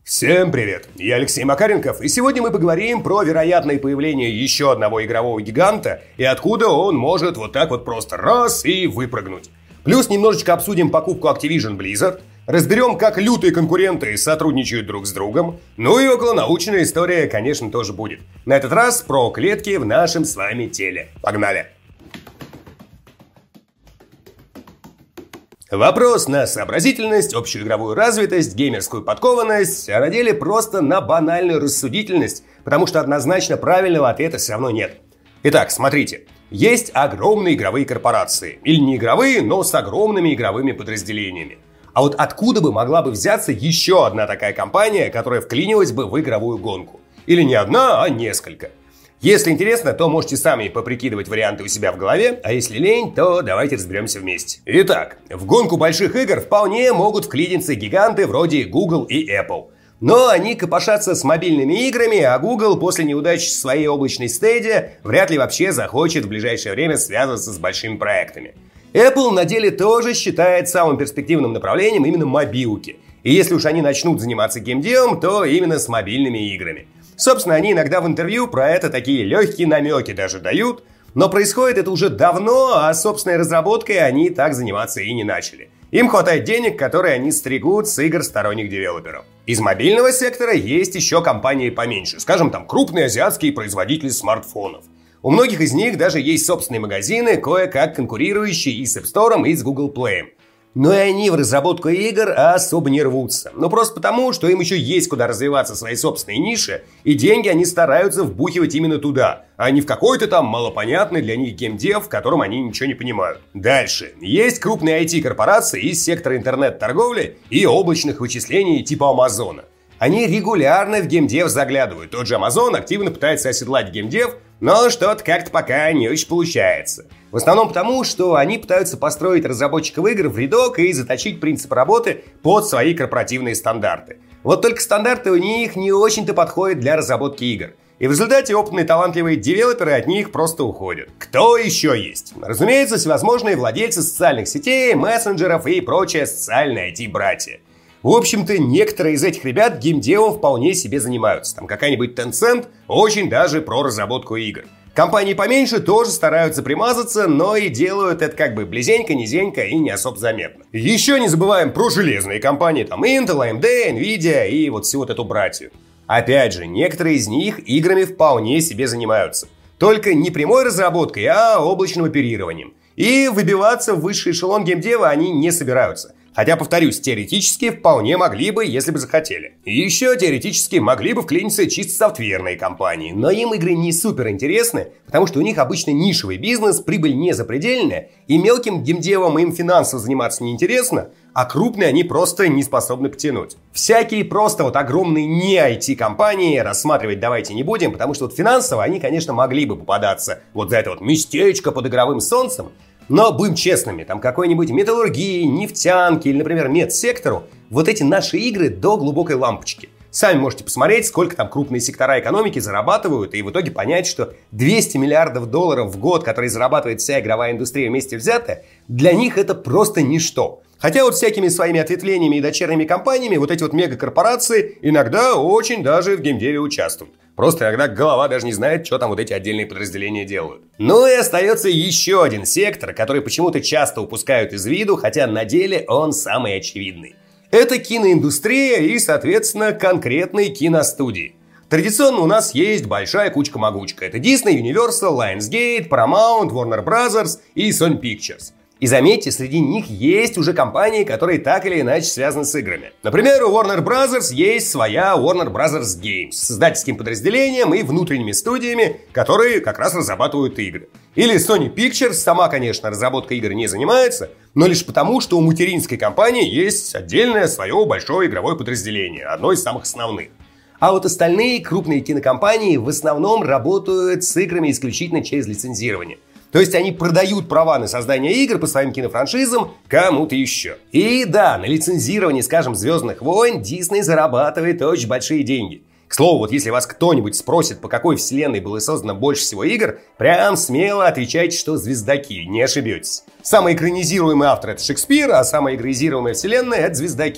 Всем привет! Я Алексей Макаренков, и сегодня мы поговорим про вероятное появление еще одного игрового гиганта и откуда он может вот так вот просто раз и выпрыгнуть. Плюс немножечко обсудим покупку Activision Blizzard, разберем, как лютые конкуренты сотрудничают друг с другом, ну и околонаучная история, конечно, тоже будет. На этот раз про клетки в нашем с вами теле. Погнали! Вопрос на сообразительность, общую игровую развитость, геймерскую подкованность, а на деле просто на банальную рассудительность, потому что однозначно правильного ответа все равно нет. Итак, смотрите. Есть огромные игровые корпорации. Или не игровые, но с огромными игровыми подразделениями. А вот откуда бы могла бы взяться еще одна такая компания, которая вклинилась бы в игровую гонку? Или не одна, а несколько? Если интересно, то можете сами поприкидывать варианты у себя в голове, а если лень, то давайте разберемся вместе. Итак, в гонку больших игр вполне могут вклиниться гиганты вроде Google и Apple. Но они копошатся с мобильными играми, а Google после неудачи своей облачной Stadia вряд ли вообще захочет в ближайшее время связываться с большими проектами. Apple на деле тоже считает самым перспективным направлением именно мобилки. И если уж они начнут заниматься геймдевом, то именно с мобильными играми. Собственно, они иногда в интервью про это такие легкие намеки даже дают, но происходит это уже давно, а собственной разработкой они так заниматься и не начали. Им хватает денег, которые они стригут с игр сторонних девелоперов. Из мобильного сектора есть еще компании поменьше, скажем, там крупные азиатские производители смартфонов. У многих из них даже есть собственные магазины, кое-как конкурирующие и с App Store, и с Google Play. Но и они в разработку игр особо не рвутся. Ну просто потому, что им еще есть куда развиваться в своей собственной нише, и деньги они стараются вбухивать именно туда, а не в какой-то там малопонятный для них геймдев, в котором они ничего не понимают. Дальше. Есть крупные IT-корпорации из сектора интернет-торговли и облачных вычислений типа Амазона. Они регулярно в геймдев заглядывают. Тот же Amazon активно пытается оседлать геймдев, но что-то как-то пока не очень получается. В основном потому, что они пытаются построить разработчиков игр в рядок и заточить принцип работы под свои корпоративные стандарты. Вот только стандарты у них не очень-то подходят для разработки игр. И в результате опытные талантливые девелоперы от них просто уходят. Кто еще есть? Разумеется, всевозможные владельцы социальных сетей, мессенджеров и прочее социальное IT-братья. В общем-то, некоторые из этих ребят геймдевом вполне себе занимаются. Там какая-нибудь Tencent очень даже про разработку игр. Компании поменьше тоже стараются примазаться, но и делают это как бы близенько-низенько и не особо заметно. Еще не забываем про железные компании, там Intel, AMD, Nvidia и вот всю вот эту братью. Опять же, некоторые из них играми вполне себе занимаются. Только не прямой разработкой, а облачным оперированием. И выбиваться в высший эшелон геймдева они не собираются. Хотя, повторюсь, теоретически вполне могли бы, если бы захотели. И еще теоретически могли бы вклиниться чисто софтверные компании. Но им игры не супер интересны, потому что у них обычно нишевый бизнес, прибыль не запредельная, и мелким геймдевом им финансово заниматься неинтересно, а крупные они просто не способны потянуть. Всякие просто вот огромные не IT-компании рассматривать давайте не будем, потому что вот финансово они, конечно, могли бы попадаться вот за это вот местечко под игровым солнцем. Но будем честными, там какой-нибудь металлургии, нефтянки или, например, медсектору вот эти наши игры до глубокой лампочки. Сами можете посмотреть, сколько там крупные сектора экономики зарабатывают, и в итоге понять, что 200 миллиардов долларов в год, которые зарабатывает вся игровая индустрия вместе взятая, для них это просто ничто. Хотя вот всякими своими ответвлениями и дочерними компаниями вот эти вот мегакорпорации иногда очень даже в геймдеве участвуют. Просто иногда голова даже не знает, что там вот эти отдельные подразделения делают. Ну и остается еще один сектор, который почему-то часто упускают из виду, хотя на деле он самый очевидный. Это киноиндустрия и, соответственно, конкретные киностудии. Традиционно у нас есть большая кучка-могучка. Это Disney, Universal, Lionsgate, Paramount, Warner Bros. И Sony Pictures. И заметьте, среди них есть уже компании, которые так или иначе связаны с играми. Например, у Warner Bros. Есть своя Warner Bros. Games с издательским подразделением и внутренними студиями, которые как раз разрабатывают игры. Или Sony Pictures сама, конечно, разработкой игр не занимается, но лишь потому, что у материнской компании есть отдельное свое большое игровое подразделение, одно из самых основных. А вот остальные крупные кинокомпании в основном работают с играми исключительно через лицензирование. То есть они продают права на создание игр по своим кинофраншизам кому-то еще. И да, на лицензировании, скажем, «Звездных войн» Disney зарабатывает очень большие деньги. К слову, вот если вас кто-нибудь спросит, по какой вселенной было создано больше всего игр, прям смело отвечайте, что «Звездаки», не ошибетесь. Самый экранизируемый автор — это Шекспир, а самая экранизируемая вселенная — это «Звездаки».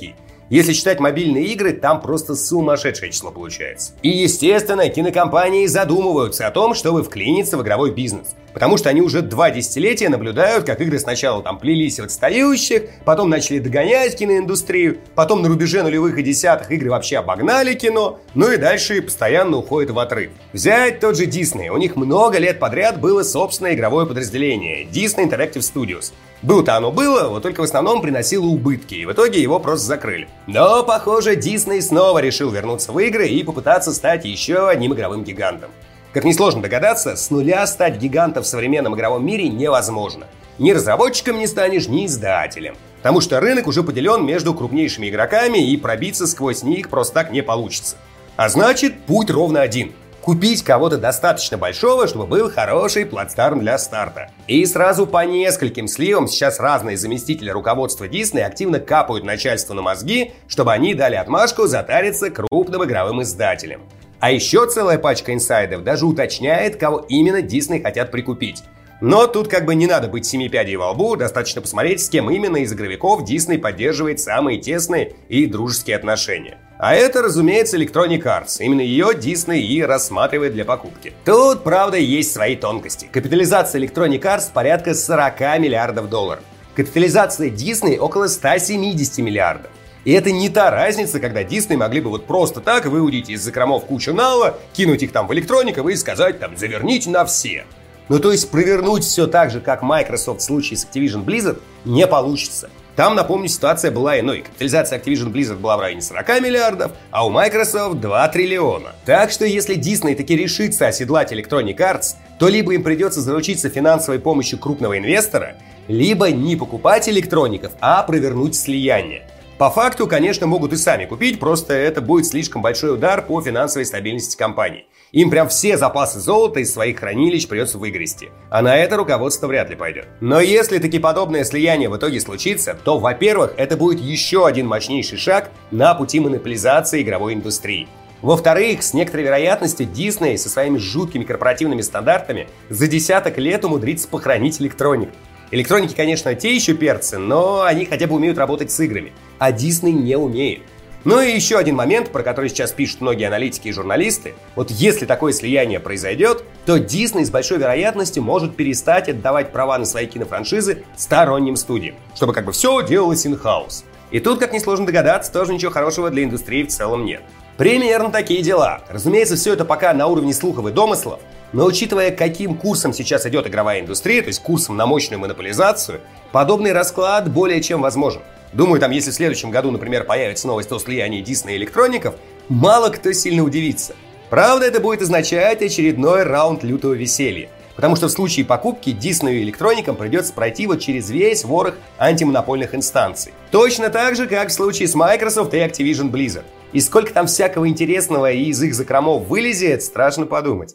Если считать мобильные игры, там просто сумасшедшее число получается. И, естественно, кинокомпании задумываются о том, чтобы вклиниться в игровой бизнес. Потому что они уже 2 десятилетия наблюдают, как игры сначала там плелись в отстающих, потом начали догонять киноиндустрию, потом на рубеже нулевых и десятых игры вообще обогнали кино, ну и дальше постоянно уходят в отрыв. Взять тот же Disney. У них много лет подряд было собственное игровое подразделение – Disney Interactive Studios. Было-то оно было, вот только в основном приносило убытки, и в итоге его просто закрыли. Но, похоже, Disney снова решил вернуться в игры и попытаться стать еще одним игровым гигантом. Как несложно догадаться, с нуля стать гигантом в современном игровом мире невозможно. Ни разработчиком не станешь, ни издателем. Потому что рынок уже поделен между крупнейшими игроками, и пробиться сквозь них просто так не получится. А значит, путь ровно один. Купить кого-то достаточно большого, чтобы был хороший плацдарм для старта. И сразу по нескольким сливам сейчас разные заместители руководства Disney активно капают начальству на мозги, чтобы они дали отмашку затариться крупным игровым издателем. А еще целая пачка инсайдов даже уточняет, кого именно Disney хотят прикупить. Но тут как бы не надо быть 7 пядей во лбу, достаточно посмотреть, с кем именно из игровиков Disney поддерживает самые тесные и дружеские отношения. А это, разумеется, Electronic Arts. Именно ее Disney и рассматривает для покупки. Тут, правда, есть свои тонкости. Капитализация Electronic Arts порядка 40 миллиардов долларов. Капитализация Disney около 170 миллиардов. И это не та разница, когда Disney могли бы вот просто так выудить из закромов кучу нала, кинуть их там в электроников и сказать там «заверните на все». Ну то есть провернуть все так же, как Microsoft в случае с Activision Blizzard, не получится. Там, напомню, ситуация была иной. Капитализация Activision Blizzard была в районе 40 миллиардов, а у Microsoft 2 триллиона. Так что если Disney таки решится оседлать Electronic Arts, то либо им придется заручиться финансовой помощью крупного инвестора, либо не покупать электроников, а провернуть слияние. По факту, конечно, могут и сами купить, просто это будет слишком большой удар по финансовой стабильности компании. Им прям все запасы золота из своих хранилищ придется выгрести. А на это руководство вряд ли пойдет. Но если таки подобное слияние в итоге случится, то, во-первых, это будет еще один мощнейший шаг на пути монополизации игровой индустрии. Во-вторых, с некоторой вероятностью Disney со своими жуткими корпоративными стандартами за десяток лет умудрится похоронить электронику. Электроники, конечно, те еще перцы, но они хотя бы умеют работать с играми, а Disney не умеет. Ну и еще один момент, про который сейчас пишут многие аналитики и журналисты. Вот если такое слияние произойдет, то Disney с большой вероятностью может перестать отдавать права на свои кинофраншизы сторонним студиям, чтобы как бы все делалось in-house. И тут, как несложно догадаться, тоже ничего хорошего для индустрии в целом нет. Примерно такие дела. Разумеется, все это пока на уровне слухов и домыслов, но учитывая, каким курсом сейчас идет игровая индустрия, то есть курсом на мощную монополизацию, подобный расклад более чем возможен. Думаю, там, если в следующем году, например, появится новость о слиянии Disney и электроников, мало кто сильно удивится. Правда, это будет означать очередной раунд лютого веселья. Потому что в случае покупки Disney и электроникам придется пройти вот через весь ворох антимонопольных инстанций. Точно так же, как в случае с Microsoft и Activision Blizzard. И сколько там всякого интересного из их закромов вылезет, страшно подумать.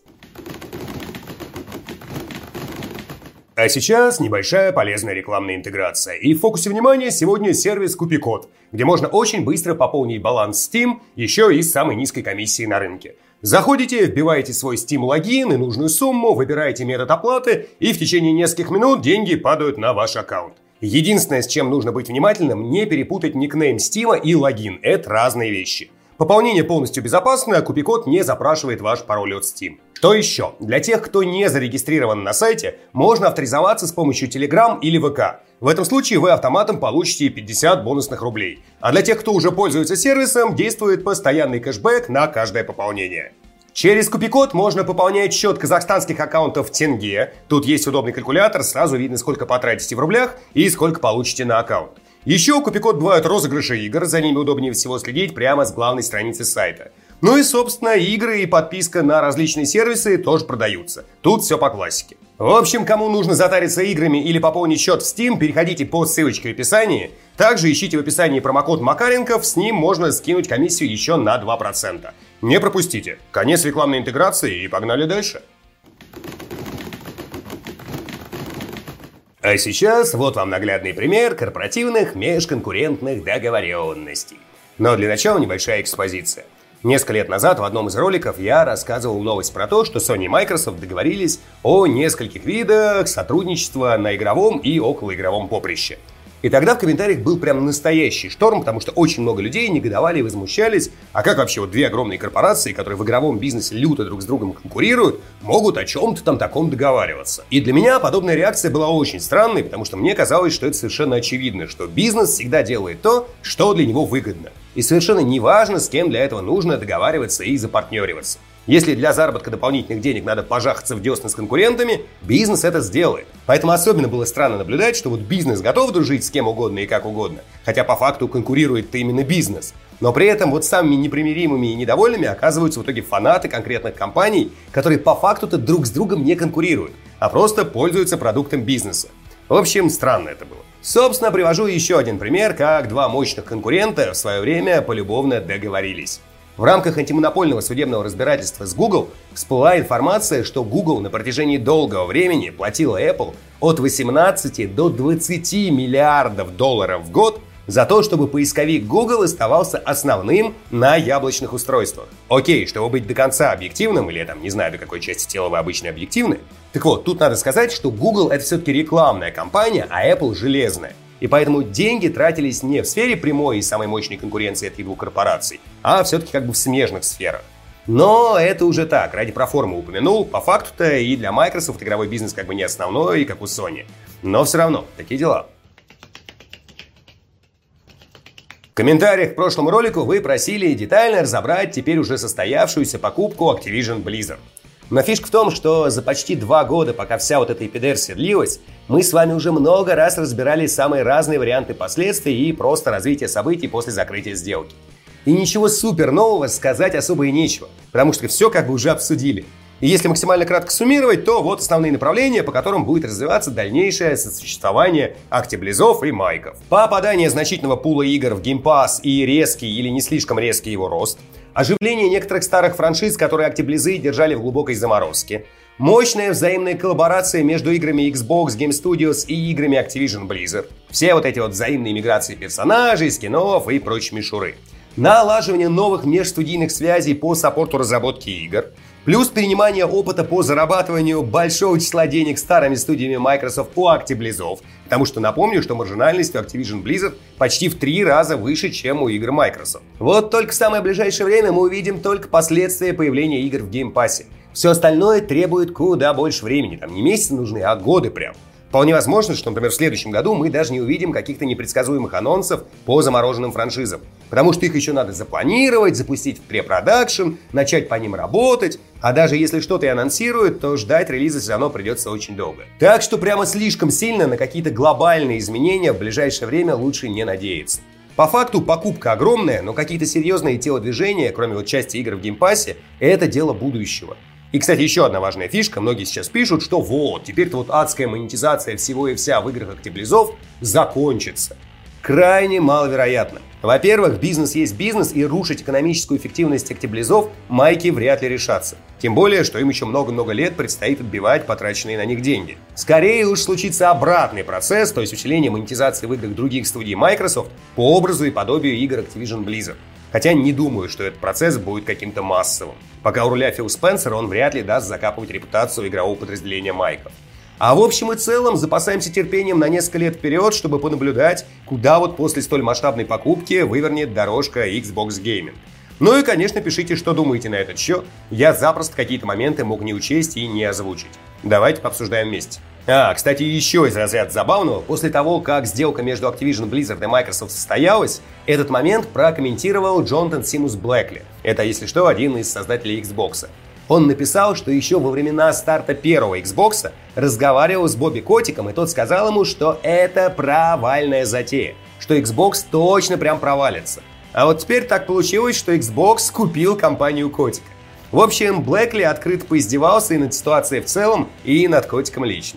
А сейчас небольшая полезная рекламная интеграция. И в фокусе внимания сегодня сервис Купикод, где можно очень быстро пополнить баланс Steam еще и с самой низкой комиссией на рынке. Заходите, вбиваете свой Steam логин и нужную сумму, выбираете метод оплаты, и в течение нескольких минут деньги падают на ваш аккаунт. Единственное, с чем нужно быть внимательным, не перепутать никнейм Steam и логин. Это разные вещи. Пополнение полностью безопасно, а Купикод не запрашивает ваш пароль от Steam. Что еще? Для тех, кто не зарегистрирован на сайте, можно авторизоваться с помощью Telegram или ВК. В этом случае вы автоматом получите 50 бонусных рублей. А для тех, кто уже пользуется сервисом, действует постоянный кэшбэк на каждое пополнение. Через Купикод можно пополнять счет казахстанских аккаунтов в тенге. Тут есть удобный калькулятор, сразу видно, сколько потратите в рублях и сколько получите на аккаунт. Еще у Купикод бывают розыгрыши игр, за ними удобнее всего следить прямо с главной страницы сайта. Ну и, собственно, игры и подписка на различные сервисы тоже продаются. Тут все по классике. В общем, кому нужно затариться играми или пополнить счет в Steam, переходите по ссылочке в описании. Также ищите в описании промокод Макаренков, с ним можно скинуть комиссию еще на 2%. Не пропустите. Конец рекламной интеграции и погнали дальше. А сейчас вот вам наглядный пример корпоративных межконкурентных договоренностей. Но для начала небольшая экспозиция. Несколько лет назад в одном из роликов я рассказывал новость про то, что Sony и Microsoft договорились о нескольких видах сотрудничества на игровом и околоигровом поприще. И тогда в комментариях был прям настоящий шторм, потому что очень много людей негодовали и возмущались. А как вообще вот две огромные корпорации, которые в игровом бизнесе люто друг с другом конкурируют, могут о чем-то там таком договариваться? И для меня подобная реакция была очень странной, потому что мне казалось, что это совершенно очевидно, что бизнес всегда делает то, что для него выгодно. И совершенно неважно, с кем для этого нужно договариваться и запартнериваться. Если для заработка дополнительных денег надо пожахаться в десны с конкурентами, бизнес это сделает. Поэтому особенно было странно наблюдать, что вот бизнес готов дружить с кем угодно и как угодно, хотя по факту конкурирует именно бизнес. Но при этом вот самыми непримиримыми и недовольными оказываются в итоге фанаты конкретных компаний, которые по факту-то друг с другом не конкурируют, а просто пользуются продуктом бизнеса. В общем, странно это было. Собственно, привожу еще один пример, как два мощных конкурента в свое время полюбовно договорились. В рамках антимонопольного судебного разбирательства с Google всплыла информация, что Google на протяжении долгого времени платила Apple от 18 до 20 миллиардов долларов в год за то, чтобы поисковик Google оставался основным на яблочных устройствах. Окей, чтобы быть до конца объективным, или там не знаю, до какой части тела вы обычно объективны. Так вот, тут надо сказать, что Google это все-таки рекламная компания, а Apple железная. И поэтому деньги тратились не в сфере прямой и самой мощной конкуренции этих двух корпораций, а все-таки как бы в смежных сферах. Но это уже так, ради проформы упомянул. По факту-то и для Microsoft игровой бизнес как бы не основной, как у Sony. Но все равно, такие дела. В комментариях к прошлому ролику вы просили детально разобрать теперь уже состоявшуюся покупку Activision Blizzard. Но фишка в том, что за почти 2 года, пока вся вот эта эпидерсия длилась, мы с вами уже много раз разбирали самые разные варианты последствий и просто развития событий после закрытия сделки. И ничего супер нового сказать особо и нечего, потому что все как бы уже обсудили. И если максимально кратко суммировать, то вот основные направления, по которым будет развиваться дальнейшее сосуществование Actiblizов и Майков. Попадание значительного пула игр в Game Pass и резкий или не слишком резкий его рост. Оживление некоторых старых франшиз, которые Actiblizы держали в глубокой заморозке. Мощная взаимная коллаборация между играми Xbox Game Studios и играми Activision Blizzard. Все вот эти вот взаимные миграции персонажей, скинов и прочей мишуры. Налаживание новых межстудийных связей по саппорту разработки игр. Плюс перенимание опыта по зарабатыванию большого числа денег старыми студиями Microsoft у Actiblizов. Потому что напомню, что маржинальность у Activision Blizzard почти в 3 раза выше, чем у игр Microsoft. Вот только в самое ближайшее время мы увидим только последствия появления игр в Game Pass'е. Все остальное требует куда больше времени. Там не месяцы нужны, а годы прям. Вполне возможно, что, например, в следующем году мы даже не увидим каких-то непредсказуемых анонсов по замороженным франшизам. Потому что их еще надо запланировать, запустить в препродакшн, начать по ним работать. А даже если что-то и анонсируют, то ждать релиза все равно придется очень долго. Так что прямо слишком сильно на какие-то глобальные изменения в ближайшее время лучше не надеяться. По факту покупка огромная, но какие-то серьезные телодвижения, кроме вот части игр в геймпассе, это дело будущего. И, кстати, еще одна важная фишка. Многие сейчас пишут, что вот, теперь-то вот адская монетизация всего и вся в играх Actiblizов закончится. Крайне маловероятно. Во-первых, бизнес есть бизнес, и рушить экономическую эффективность Actiblizов майки вряд ли решатся. Тем более, что им еще много-много лет предстоит отбивать потраченные на них деньги. Скорее уж случится обратный процесс, то есть усиление монетизации в играх других студий Microsoft по образу и подобию игр Activision Blizzard. Хотя не думаю, что этот процесс будет каким-то массовым. Пока у руля Фил Спенсер, он вряд ли даст закапывать репутацию игрового подразделения Майков. А в общем и целом запасаемся терпением на несколько лет вперед, чтобы понаблюдать, куда вот после столь масштабной покупки вывернет дорожка Xbox Gaming. Ну и, конечно, пишите, что думаете на этот счет. Я запросто какие-то моменты мог не учесть и не озвучить. Давайте пообсуждаем вместе. Кстати, еще из разряда забавного. После того, как сделка между Activision Blizzard и Microsoft состоялась, этот момент прокомментировал Джонатан Симус Блэкли. Это, если что, один из создателей Xbox. Он написал, что еще во времена старта первого Xbox разговаривал с Бобби Котиком, и тот сказал ему, что это провальная затея, что Xbox точно прям провалится. А вот теперь так получилось, что Xbox купил компанию Котика. В общем, Блэкли открыто поиздевался и над ситуацией в целом, и над Котиком лично.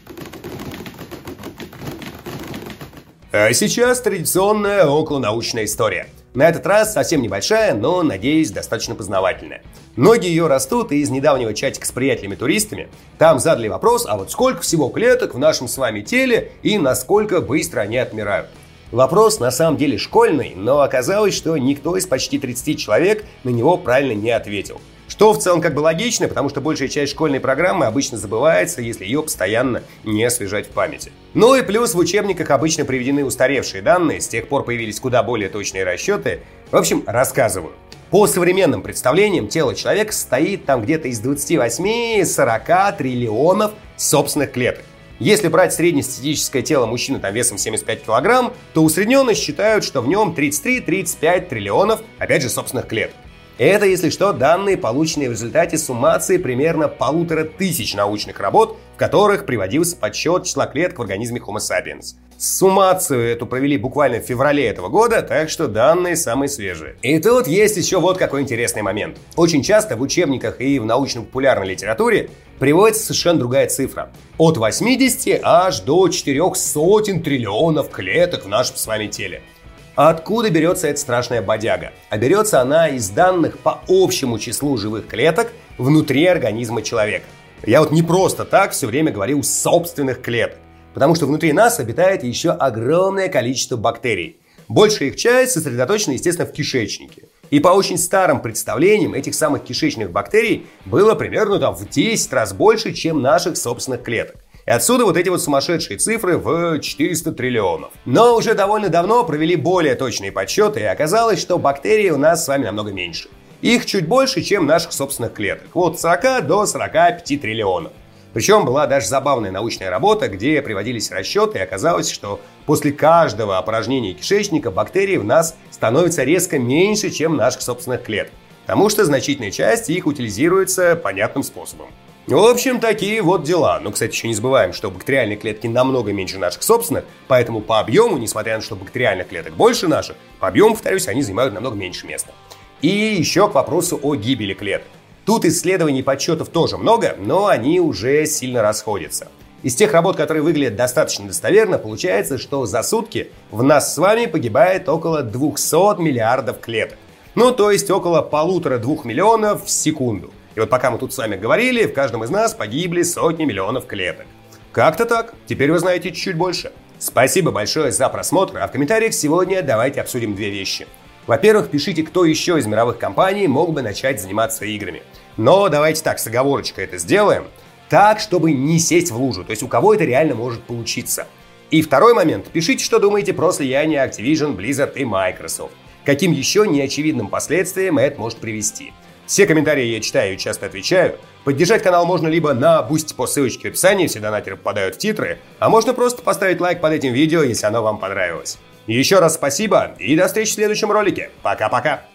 А сейчас традиционная околонаучная история. На этот раз совсем небольшая, но, надеюсь, достаточно познавательная. Ноги ее растут из недавнего чатика с приятелями-туристами. Там задали вопрос, а вот сколько всего клеток в нашем с вами теле и насколько быстро они отмирают. Вопрос на самом деле школьный, но оказалось, что никто из почти 30 человек на него правильно не ответил. Что в целом как бы логично, потому что большая часть школьной программы обычно забывается, если ее постоянно не освежать в памяти. Ну и плюс в учебниках обычно приведены устаревшие данные, с тех пор появились куда более точные расчеты. В общем, рассказываю. По современным представлениям, тело человека состоит там где-то из 28-40 триллионов собственных клеток. Если брать среднестатистическое тело мужчины там весом 75 килограмм, то усредненно считают, что в нем 33-35 триллионов, опять же, собственных клеток. Это, если что, данные, полученные в результате суммации примерно 1500 научных работ, в которых приводился подсчет числа клеток в организме Homo sapiens. Суммацию эту провели буквально в феврале этого года, так что данные самые свежие. И тут есть еще вот какой интересный момент. Очень часто в учебниках и в научно-популярной литературе приводится совершенно другая цифра. От 80 аж до 400 триллионов клеток в нашем с вами теле. Откуда берется эта страшная бодяга? А берется она из данных по общему числу живых клеток внутри организма человека. Я вот не просто так все время говорил собственных клеток, потому что внутри нас обитает еще огромное количество бактерий. Большая их часть сосредоточена, естественно, в кишечнике. И по очень старым представлениям этих самых кишечных бактерий было примерно в 10 раз больше, чем наших собственных клеток. И отсюда вот эти вот сумасшедшие цифры в 400 триллионов. Но уже довольно давно провели более точные подсчеты, и оказалось, что бактерий у нас с вами намного меньше. Их чуть больше, чем наших собственных клеток. От 40 до 45 триллионов. Причем была даже забавная научная работа, где приводились расчеты, и оказалось, что после каждого опорожнения кишечника бактерий в нас становится резко меньше, чем наших собственных клеток. Потому что значительная часть их утилизируется понятным способом. В общем, такие вот дела. Но, кстати, еще не забываем, что бактериальные клетки намного меньше наших собственных, поэтому по объему, несмотря на то, что бактериальных клеток больше наших, по объему, повторюсь, они занимают намного меньше места. И еще к вопросу о гибели клеток. Тут исследований и подсчетов тоже много, но они уже сильно расходятся. Из тех работ, которые выглядят достаточно достоверно, получается, что за сутки в нас с вами погибает около 200 миллиардов клеток. Ну, то есть около 1,5-2 миллионов в секунду. И вот пока мы тут с вами говорили, в каждом из нас погибли сотни миллионов клеток. Как-то так. Теперь вы знаете чуть-чуть больше. Спасибо большое за просмотр, а в комментариях сегодня давайте обсудим две вещи. Во-первых, пишите, кто еще из мировых компаний мог бы начать заниматься играми. Но давайте так, с оговорочкой это сделаем. Так, чтобы не сесть в лужу, то есть у кого это реально может получиться. И второй момент. Пишите, что думаете про слияние Activision, Blizzard и Microsoft. Каким еще неочевидным последствиям это может привести. Все комментарии я читаю и часто отвечаю. Поддержать канал можно либо на Boosty по ссылочке в описании, все донатеры попадают в титры, а можно просто поставить лайк под этим видео, если оно вам понравилось. Еще раз спасибо и до встречи в следующем ролике. Пока-пока!